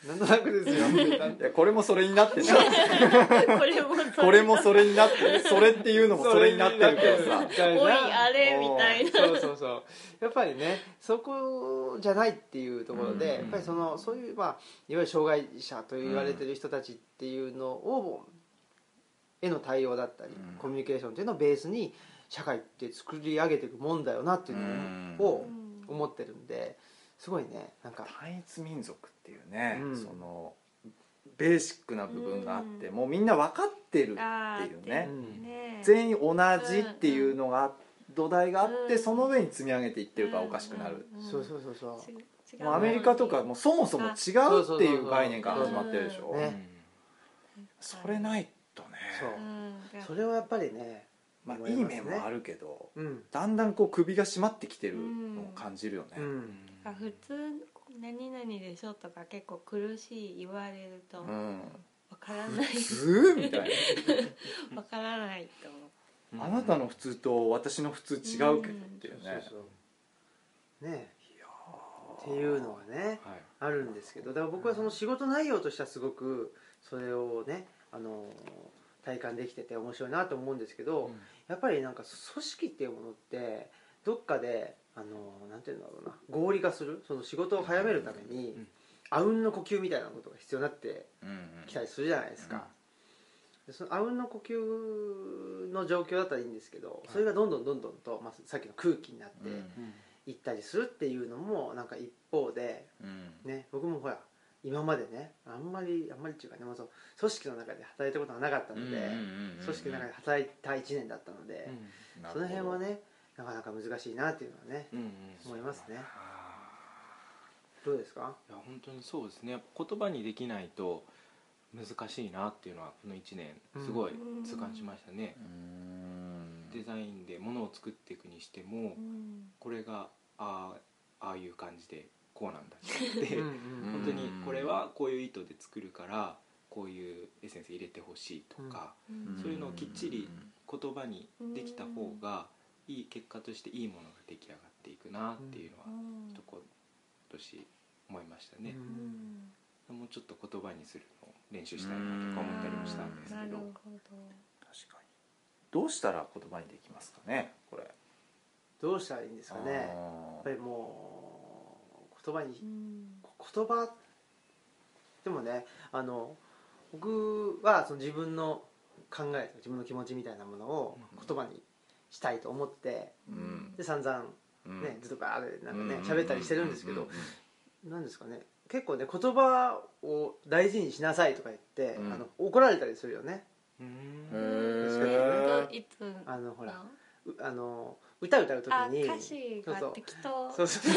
なんとなくですよいやこれもそれになってるこれもそこれもそれになってるそれっていうのもそれになってるけどさおいあれみたいな。 そうそうそうやっぱりねそこじゃないっていうところで、 うんやっぱりそのそういう、まあ、いわゆる障害者と言われてる人たちっていうのを、への対応だったり、 うんコミュニケーションっていうのをベースに社会って作り上げていくもんだよなっていうのを思ってるんで、すごいねなんか単一民族っていうね、 うんそのベーシックな部分があって、もうみんな分かってるっていうね、 うんね全員同じっていうのが土台があって、 うんその上に積み上げていってるからおかしくなる、 うんそうそうそうそうち違うもうアメリカとかもうそもそも違うっていう概念から始まってるでしょ、 ねそれないとね、 そううんそれはやっぱりねまあ、いい面もあるけど、 うんだんだんこう首が締まってきてるのを感じるよね、 うんあ普通何々でしょとか結構苦しい言われるとわうんからない普通みたいわからないと思う。 な、あなたの普通と私の普通違うけどっていうね、 そうそうねっていうのがねはいあるんですけど、だから僕はその仕事内容としてはすごくそれをねあの体感できてて面白いなと思うんですけど、やっぱりなんか組織っていうものってどっかであのなんていうんだろうな合理化するその仕事を早めるためにあうんの呼吸みたいなことが必要になってきたりするじゃないですか。でそのあうんの呼吸の状況だったらいいんですけど、それがどんどんどんどんと、まあ、さっきの空気になっていったりするっていうのもなんか一方で、ね、僕もほら今までねあんまりあんまりっていうかね、まあ、そう組織の中で働いたことがなかったので、組織の中で働いたいちねんだったので、その辺はねなかなか難しいなっていうのはね、 うんうん思いますね。どうですか？ いや本当にそうですね。言葉にできないと難しいなっていうのはこのいちねんすごい痛感しましたね。デザインで物を作っていくにしても、これがああああいう感じでこうなんだってうんうん本当にこれはこういう意図で作るからこういうエッセンス入れてほしいとか、そういうのをきっちり言葉にできた方がいい結果としていいものが出来上がっていくなっていうのは一言とし思いましたね。もうちょっと言葉にするのを練習したいなとか思ったりもしたんですけど。 なるほど。 確かにどうしたら言葉にできますかねこれ。 どうしたらいいんですかね。やっぱりもう言葉に、言葉でもねあの僕はその自分の考え自分の気持ちみたいなものを言葉にしたいと思って、 うんで散々ね、ずっとバーってなんかね喋ったりしてるんですけど、なんですかね結構ね言葉を大事にしなさいとか言って、 うんあの怒られたりするよね。 うーへんーいつあのほらうあの歌歌う時あに歌詞が適当。 そうそう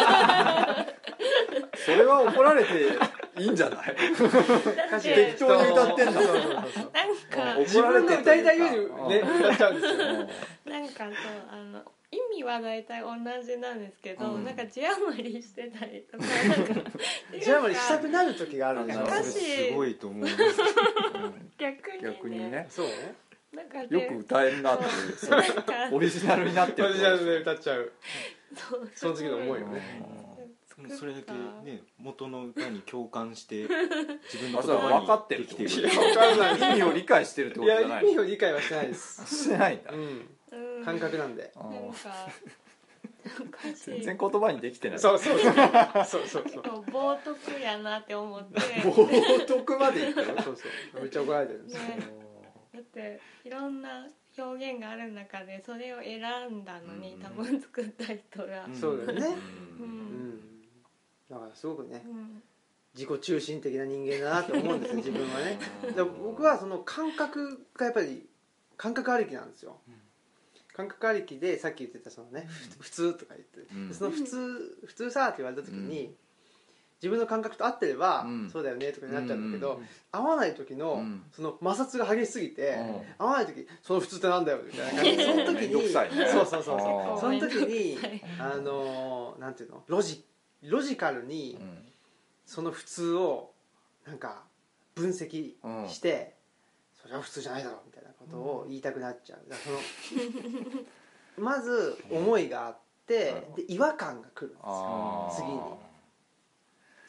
それは怒られていいんじゃない歌詞適当に歌ってんだそうそうそうそうなんか自分の歌いたいようにね歌っちゃうんですよ。 なんかそうあの意味は大体同じなんですけど、 うんなんか字余りしてたりとかなんか字余りしたくなる時があるんでしょ。 歌それ詞すごいと思います。 逆にね逆にねそうね。 なんかねよく歌えるなっていうそうなんかオリジナルになってるオリジナルで歌っちゃう。 そうその時の思いをね。 でもそれだけね元の歌に共感して自分のあそう言葉分かってるにできていいやる。 分からない意味を理解してるってこいやとじゃない意味を理解はしてないです。 してないんだ、 うんうん感覚なんで。 あーなんか歌詞全然言葉にできてないそうそうそうそうそうそう。 結構冒涜やなって思って冒涜まで言ってるそうそうめっちゃ怒られてるんですよ。 ねだっていろんな表現がある中でそれを選んだのに、 うん多分作った人が、 そうだよね。 ううんん。だからすごくねうん自己中心的な人間だなと思うんですよ自分はね。だから僕はその感覚がやっぱり感覚ありきなんですよ。感覚ありきでさっき言ってたそのね普通とか言って、 うんその普通普通さって言われた時に、自分の感覚と合ってれば、 うんそうだよねとかになっちゃうんだけど、 うん合わない時の、 うんその摩擦が激しすぎて、 うん合わない時その普通ってなんだよみたいな感じでその時めんどくにさいねそうそうそうあそーうその時にはいあのーなんていうのロジロジカルにうんそその普通をなんか分析して、それは普通じゃないだろうみたいなことを言いたくなっちゃう。だからそのまず思いがあって、で違和感が来るんですよあー次に。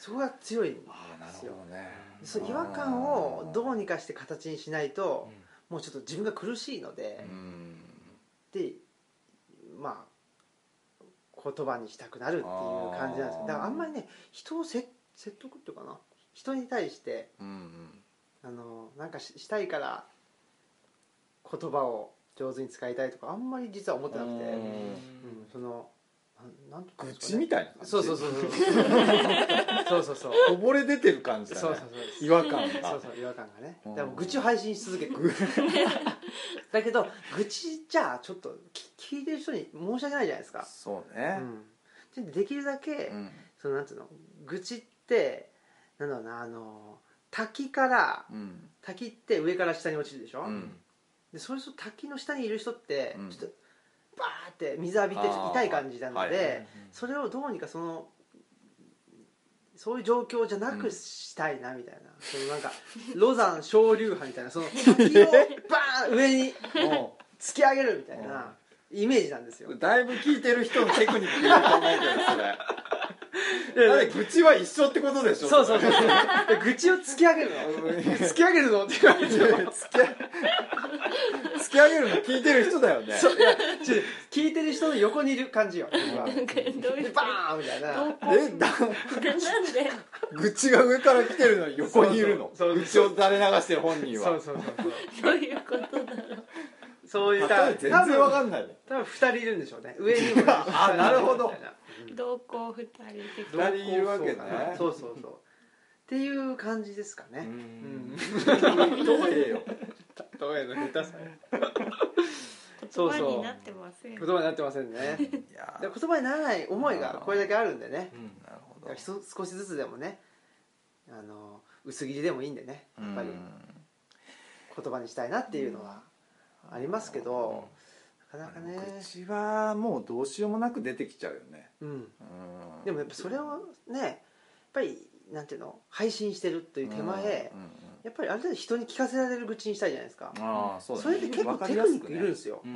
そこが強いんああなるですよ。 ほどね。 そう違和感をどうにかして形にしないと、もうちょっと自分が苦しいので、 うんでまあ言葉にしたくなるっていう感じなんですよ。だからあんまりね人をせ説得っていうかな、人に対してうんうんあのなんかししたいから言葉を上手に使いたいとかあんまり実は思ってなくて、 うんうん、そのなんなんていうんですかね愚痴みたいな感じ。 そうそうそうそうそうそうそうこぼれ出てる感じだね。 そうそうそう違和感が。 そうそう違和感がね。 うんでも愚痴を配信し続けてるだけど愚痴じゃあちょっとき聞いてる人に申し訳ないじゃないですか。 そうね。 うん、でできるだけ、 うんそのなんつうの愚痴ってなんだろうな、あの滝からうん滝って上から下に落ちるでしょ、 うんでそれと滝の下にいる人って、 うんちょっとバーって水浴びてちょっと痛い感じなので、 あーはいそれをどうにかそのそういう状況じゃなくしたいなみたいな、そのなんかロザン昇竜派みたいな、その滝をバーン上にも突き上げるみたいなイメージなんですよ。 うだいぶ聞いてる人のテクニックいると思うけどそれ。だって愚痴は一緒ってことでしょ。 そうそうそうそうで愚痴を突き上げるの突き上げるのって言われても突き上げ突き上げるの聞いてる人だよね。 そういやちょ聞いてる人の横にいる感じよ僕はなんかどういうでバーンみたいなどうえだなんで愚痴が上から来てるのに横にいるの。 そうそう愚痴を垂れ流してる本人は。 そうそうそうそうどういうことだろう。 そういう例え全然わかんないね。 多分ふたりいるんでしょうね、上にもいるあなるほどみたいな同行二人的二人いるわけね。 そうそうそうっていう感じですかね。 ううんんどうええよ。 どうやの下手さ言葉になってません。 言葉になってませんねいやで言葉にならない思いがこれだけあるんでね、 なるほど。 だからひと少しずつでもね、あの薄切りでもいいんでね、やっぱり言葉にしたいなっていうのはありますけど、なかなかね、 愚痴はもうどうしようもなく出てきちゃうよね。 うん、 うんでもやっぱそれをねやっぱりなんていうの配信してるという手前、 うんうんやっぱりある程度人に聞かせられる愚痴にしたいじゃないですか。 ああそうだね。 それって結構テクニックいるんですよ、 うんうん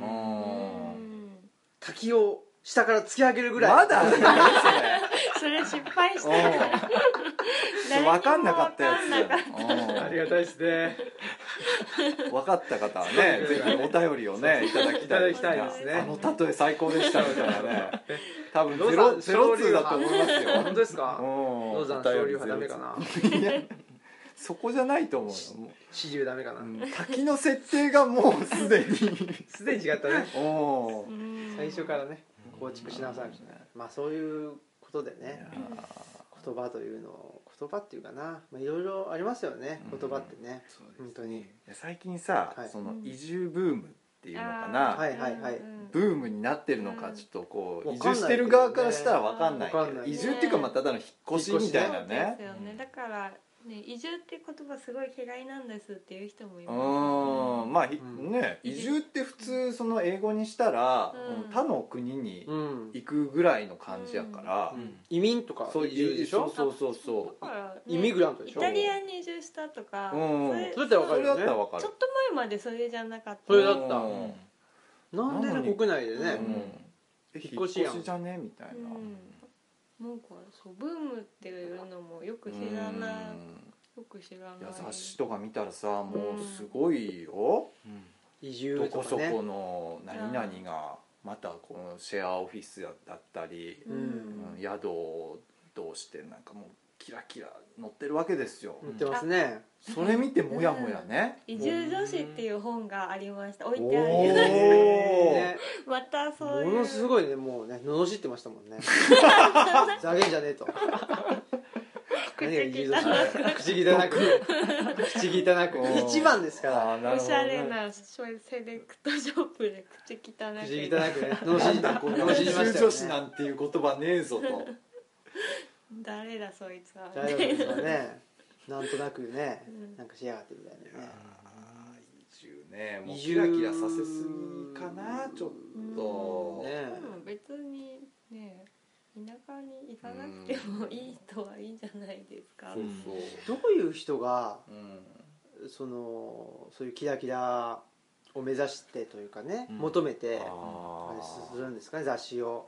滝を下から突き上げるぐらいまだあるよそれ失敗しそれ。 た。 うん分かんなかったやつだよ。 ありがたいですね。 うん分かった方はねぜひお便りをねいただきたいいただきたいですねあの例え最高でしたみたいなね。多分ゼロザンロゼロツーだと思いますよ。 本当ですか？ ロロザン昇竜派ダメかな？ そこじゃないと思うよ。も始終ダメかな？ ううん滝の設定がもうすでにすでに違ったね。 おーうん最初からね構築し直さなくちゃいけない。まあそういうことでね、言葉というのを言葉っていうかな、まあいろいろありますよね。 うん言葉ってね。 そうです本当に。 いや最近さ、 はいその移住ブームっていうのかあな、 はいはいはい。 ブームになってるのかうんちょっとこう移わかんない住してる側からしたら分かんないけど、 わかんない移住っていうかまあただの引っ越しみたいなそうねですよね。だからね、移住って言葉すごい嫌いなんですっていう人もいうますーんまあひうんね移住って普通その英語にしたら、 うん他の国にうん。 行くぐらいの感じやから、 移民とかそう移住でしょ？ そうそうそうだから、ね、 イミグラントでしょ？ イタリアに移住したとか、 うんそれそれだったらわかるよねそれだったら分かるちょっと前までそれじゃなかった。 それだったうんなんでね国内でね。 うんえ引引っっ越しやん越しじゃねみたいな、 うん、なんかそうブームっていうのもよく知らない、よく知らないいや雑誌とか見たらさもうすごいよ、 移住どとかね。 こそこの何々がまたこのシェアオフィスだったり、 ううんうん宿をどうしてなんかもうキラキラ載ってるわけですよ、 売ってますね。 それ見てモヤモヤね、 移住女子っていう本がありました。置いおてある。 お、 ね。 またそういうものすごいねもうね罵ってましたもんね。ざげんじゃねえと。何が移住女子だよ口汚く口汚く一番ですから。 あーなるほどねおしゃれなセレクトショップで口汚く口汚くね罵りなんだこの罵移りましたよ住女子なね。 んていう言葉ねえぞと誰だそいつは。 大丈夫ですかね。なんとなくねうんなんかしやがってみたいなね。 あー移住ねもう移住キラキラさせすぎかなちょっと、 ねでも別にね田舎に行かなくてもいい人はいいんじゃないですか。 そうそうどういう人がうんそのそういうキラキラを目指してというかねうん求めてああれするんですかね雑誌を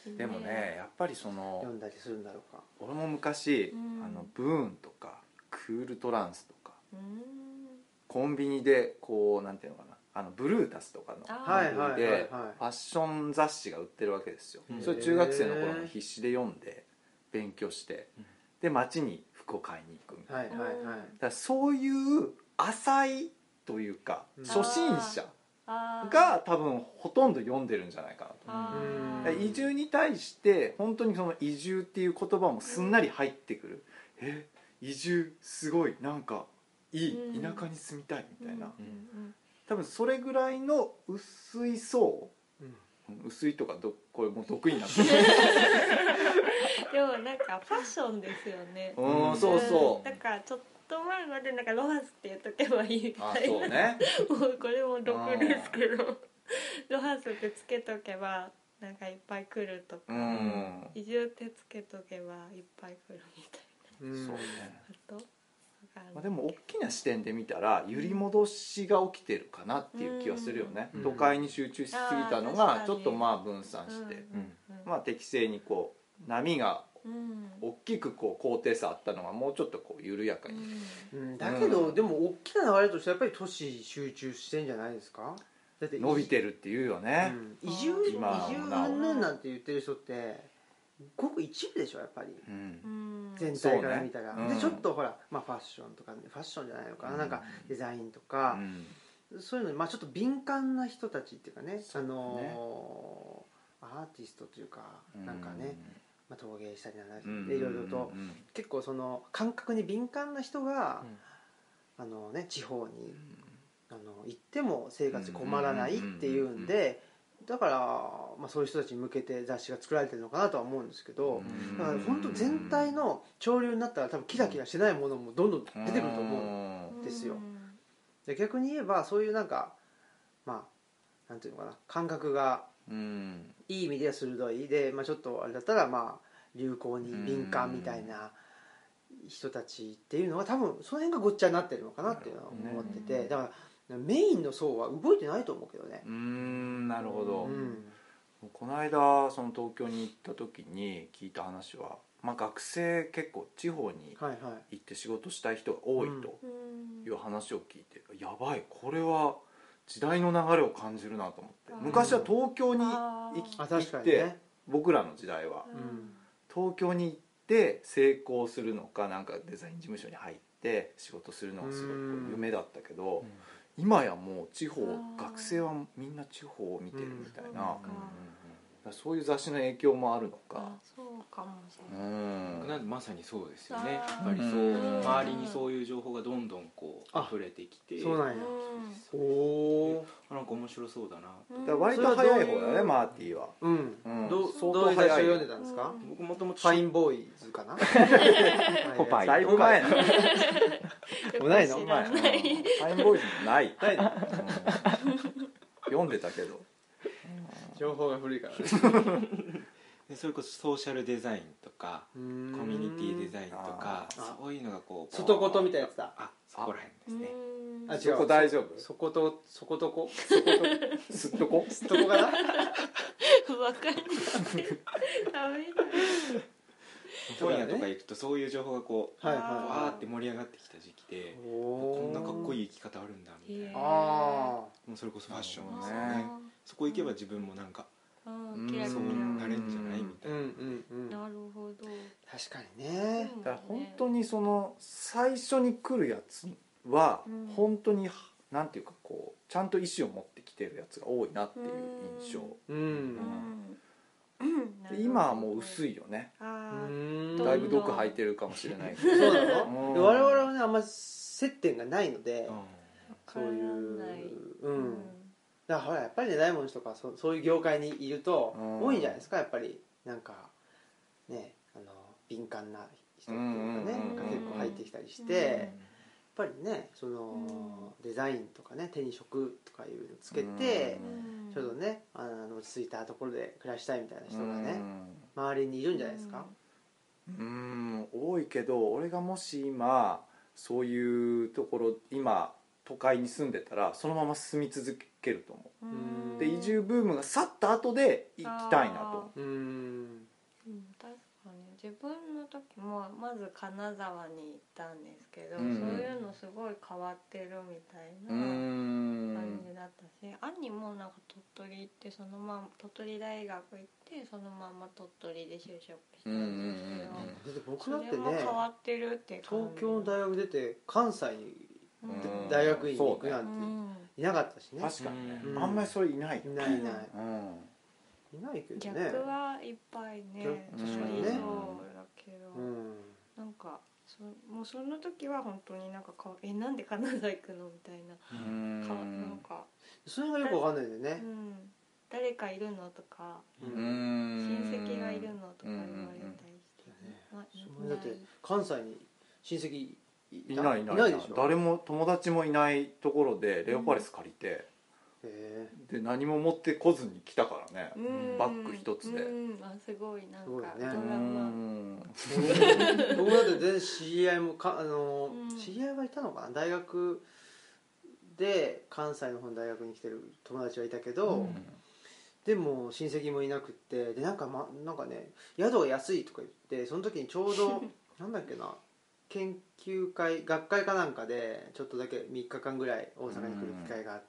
でもねやっぱりその読んだりするんだろうか。 俺も昔、 うん、 あのブーンとかクールトランスとか、 うん、 コンビニでこうなんていうのかな、あのブルータスとかのはいはいはいではいファッション雑誌が売ってるわけですよ、 うん、 それ中学生の頃に必死で読んで勉強して、 うん、 で街に服を買いに行くみたいな、 はいはいはい。 だからそういう浅いというか、 うん、 初心者あが多分ほとんど読んでるんじゃないかなと。 あだから移住に対して本当にその移住っていう言葉もすんなり入ってくる、うん、え移住すごいなんかいい、うん、田舎に住みたいみたいな、うん、多分それぐらいの薄い層、うん、薄いとかどこれもう得意になってるでもなんかファッションですよね。 うん、そうそう、 だからちょっと前までなんかロハスって言っとけばいいみたいな。 あ、そうねもうこれも毒ですけどロハスってつけとけばなんかいっぱい来るとか、うん、移住ってつけとけばいっぱい来るみたいな、 うん、そうね。 あとまあ、でも大きな視点で見たら揺り戻しが起きてるかなっていう気はするよね、うん、都会に集中しすぎたのがちょっとまあ分散して、うん、まあ適正にこう波が大きくこう高低差あったのがもうちょっとこう緩やかに、 うん、だけど、うん、でも大きな流れとしてやっぱり都市集中してんじゃないですか。だって伸びてるっていうよね、 うん、移住移住うんぬんなんて言ってる人ってごく一部でしょやっぱり、うん、全体から見たら、ね、でちょっとほら、まあ、ファッションとか、ね、ファッションじゃないのかな、うん、なんかデザインとか、うん、そういうのに、まあ、ちょっと敏感な人たちっていうかね、あのー、アーティストというかなんかね、まあ、陶芸したりなんかいろいろと、うん、結構その感覚に敏感な人が、うん、あのね、地方に、うん、あの行っても生活困らないっていうんで、だから、まあ、そういう人たちに向けて雑誌が作られてるのかなとは思うんですけど、だから本当全体の潮流になったら多分キラキラしてないものもどんどん出てくると思うんですよ。で逆に言えばそういうなんかまあなんていうのかな、感覚がいい意味では鋭いで、まあ、ちょっとあれだったらまあ流行に敏感みたいな人たちっていうのは多分その辺がごっちゃになってるのかなっていうのは思ってて、だからメインの層は動いてないと思うけどね。 うーん、なるほど、うん、この間その東京に行った時に聞いた話は、まあ、学生結構地方に行って仕事したい人が多いという話を聞いて、やばいこれは時代の流れを感じるなと思って、昔は東京に行き行って、ね、僕らの時代は、うん、東京に行って成功するのかなんかデザイン事務所に入って仕事するのがすごく夢だったけど、うん今やもう地方、学生はみんな地方を見てるみたいな、うん、そうか、そういう雑誌の影響もあるのか。 そうかもしれない、うん、まさにそうですよね。やっぱりそう、うん、周りにそういう情報がどんどんこう溢れてきて、 そうなんや、 うん、おなんか面白そうだなと。 だから割と早い方だね、マーティーは。うん、 うん、どうどういう雑誌を読んでたんですか。 僕もともとファインボーイズかなポパイだいぶ前なのもうないの。 ファインボーイズもない、うん、読んでたけど情報が古いからねでそれこそソーシャルデザインとかコミュニティデザインとかそういうのがこう外ことみたいなやつだ。 あそこら辺ですね。 あ違う、 そこ大丈夫。 そことそことこそことすっとこすっとこかな。 わかんないダメだ本屋とか行くとそういう情報がこう、はいはい、わーって盛り上がってきた時期で、こんなかっこいい生き方あるんだみたいな。あもうそれこそファッションですよね。そこ行けば自分もなんかキラキラそうなれんじゃないみたいな、うんうんうん、なるほど。 確かにね。 だから本当にその最初に来るやつは本当になんていうかこうちゃんと意思を持ってきてるやつが多いなっていう印象。うんうんで今はもう薄いよね。だいぶ毒吐いてるかもしれないけど。 そうなの。我々はねあんま接点がないので、そういう、うん。だからほらやっぱりね大門氏とかそそういう業界にいると多いんじゃないですか、やっぱりなんかねあの敏感な人っていうかねが結構入ってきたりして、やっぱりねそのデザインとかね手に職とかいうのつけてちょっとねあの落ち着いたところで暮らしたいみたいな人がね周りにいるんじゃないですか。 うん多いけど俺がもし今そういうところ今都会に住んでたらそのまま住み続けると思う。で移住ブームが去った後で行きたいなと。うん時もまず金沢に行ったんですけど、 うんうん、 そういうのすごい変わってるみたいな感じだったし、兄もなんか鳥取行ってそのまま鳥取大学行ってそのまま鳥取で就職したんですけど、 だって僕だってそれもね変わってるって感じ。 東京の大学出て関西に大学院に行くなんていなかったしね。 確かにね、 うん、 あんまりそれいないいないいない、 うん、 いないけど逆ね。 はいっぱいね、 確かにね、 にね。 そうだけど、 うん、 なんかそもうその時は本当になんかかえなんで金沢行くのみたいな、 うん、 かなんかそれがよくわかんないんだよね、 うん、誰かいるのとか、 うん、 親戚がいるのとか言われたりして、 うん、 まあ、 だって関西に親戚いいないいないいない、誰も友達もいないところでレオパレス借りて、うん、で何も持ってこずに来たからね、うん、バッグ一つで、 うん、あすごいなんかドラマ、 うん、僕だって全然知り合いもかあの、うん、知り合いはいたのかな、大学で関西の方の大学に来てる友達はいたけど、うん、でも親戚もいなくって、でなんか、ま、なんかね宿が安いとか言って、その時にちょうどなんだっけな研究会学会かなんかでちょっとだけみっかかんぐらい大阪に来る機会があって、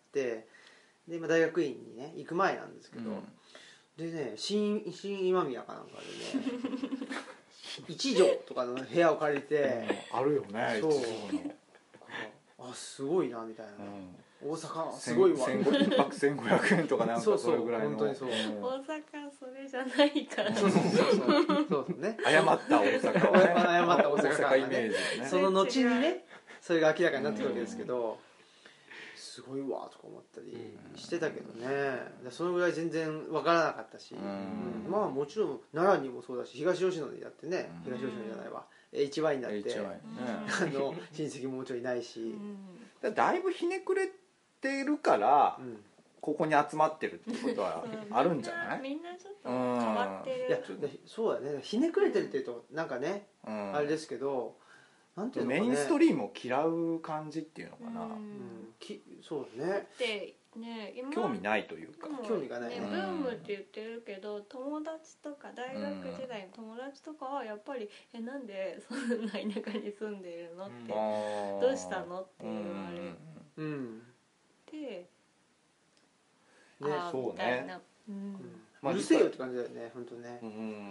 うん、で今大学院にね行く前なんですけど、うん、でね新新今宮かなんかでね一畳とかの部屋を借りて、 うん、あるよね、 そうあすごいなみたいな、うん、大阪すごいわ、 いっぱくせんごひゃくえんとかなんかそれぐらいの、 そうそう本当にそう、 大阪それじゃないからそうそうそうそうね、 誤った大阪は、ね、 誤った大阪感イメージね、 その後にねそれが明らかになってくるわけですけど、すごいわとか思ったりしてたけどね、そのぐらい全然分からなかったし、うん、まあもちろん奈良にもそうだし東吉野にだってね、東吉野じゃないわ エイチワイ にだって、ね、あの親戚ももちろんいないし、 だ, だいぶひねくれてるから、うん、ここに集まってるってことはあるんじゃない？ みんなちょっと変わってる、 いやそうだね、ひねくれてるっていうとなんかね、うん、あれですけど、なんていうのかね、 メインストリームを嫌う感じっていうのかな、うん、 きそうねでね、今興味ないというか、 興味がない、ね、 ブームって言ってるけど、友達とか大学時代の友達とかはやっぱりえなんでそんな田舎に住んでるのって、うん、どうしたのって言われて、うん、で、 ね、 あそうね、 みたいな、うんまあ、うるせえよって感じだよね、本当ね、うん、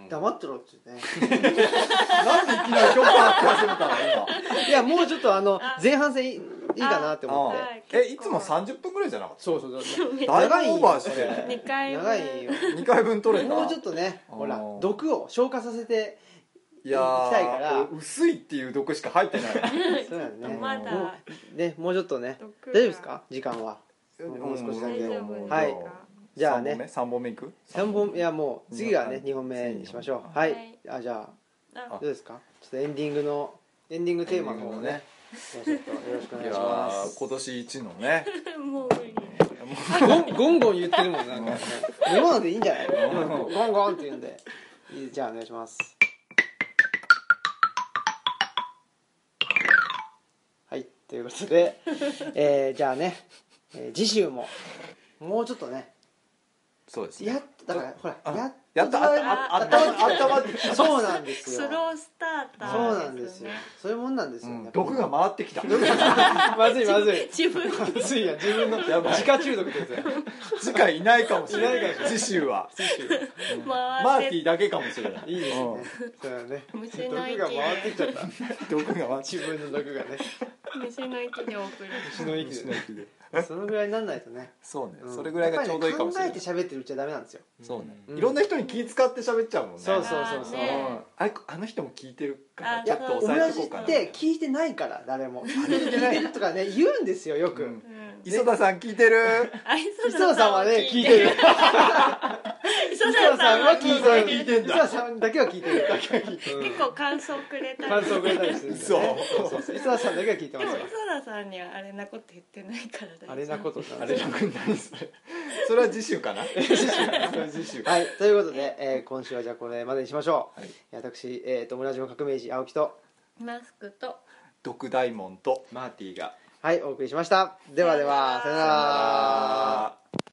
黙ってろってねなんでいきなり曲発表始めたの今いやもうちょっとあの前半戦いいかなって思って、 えいつもさんじゅっぷんぐらいじゃなかった？ そうそうそう長いオーバーしてにかい長いよにかいぶん取れた。 もうちょっとねほら毒を消化させていきたいから、 薄いっていう毒しか入ってないそうだね、 まだねもうちょっとね大丈夫ですか時間はもう少しだけ、はい、じゃあねさんぼんめいくさんぼんいやもう次がねにほんめにしましょう。はい、あじゃあどうですか、ちょっとエンディングのエンディングテーマの方をねちょっとよろしくお願いします。 今年一のねもう無理ゴンゴン言ってるもんなんかね今のでいいんじゃないのゴンゴンって言うんで、じゃあお願いします。はいということで、えー、じゃあね、えー、次週ももうちょっとね、 そうですね、 やっだからほらやっやっとあったまってきた。 そうなんですよ、 スロースターター、 そうなんですよ、そういうもんなんですよ、ね、 毒が回ってきたまずいまずい自分まずいや自分の自家中毒ですよ次回いないかもしれない次週はマーティーだけかもしれない。 いいですね、そうだね、 虫の息毒が回ってきちゃった毒が回って自分の毒がね虫の息で送る虫の息でそのぐらいになんないとね、 そうね、それぐらいがちょうどいいかもしれない。 考えて喋ってるうちゃダメなんですよ。 そうね、いろんな人に気使って喋っちゃうもんね。 そうそうそうそう、 ああの人も聞いてるからちょっと抑えとこうかな。同じって聞いてないから誰も聞いてないとかね言うんですよよく。 磯田さん聞いてる？ 磯田さんはね聞いてる。 磯田さんは聞いてる。 磯田さんだけは聞いてる。 結構感想くれたり感想くれたりする。そう磯田さんだけは聞いてますよ。 でも磯田さんにはあれなこと言ってないから大丈夫。 あれなことあれなこと何それ。それは次週かな。次週かな。次週。 はい、ということで、えー、今週はじゃあこれまでにしましょう。はい、私、えーと、村島革命児青木とマスクと毒大門とマーティーがはいお送りしました。ではではさよなら。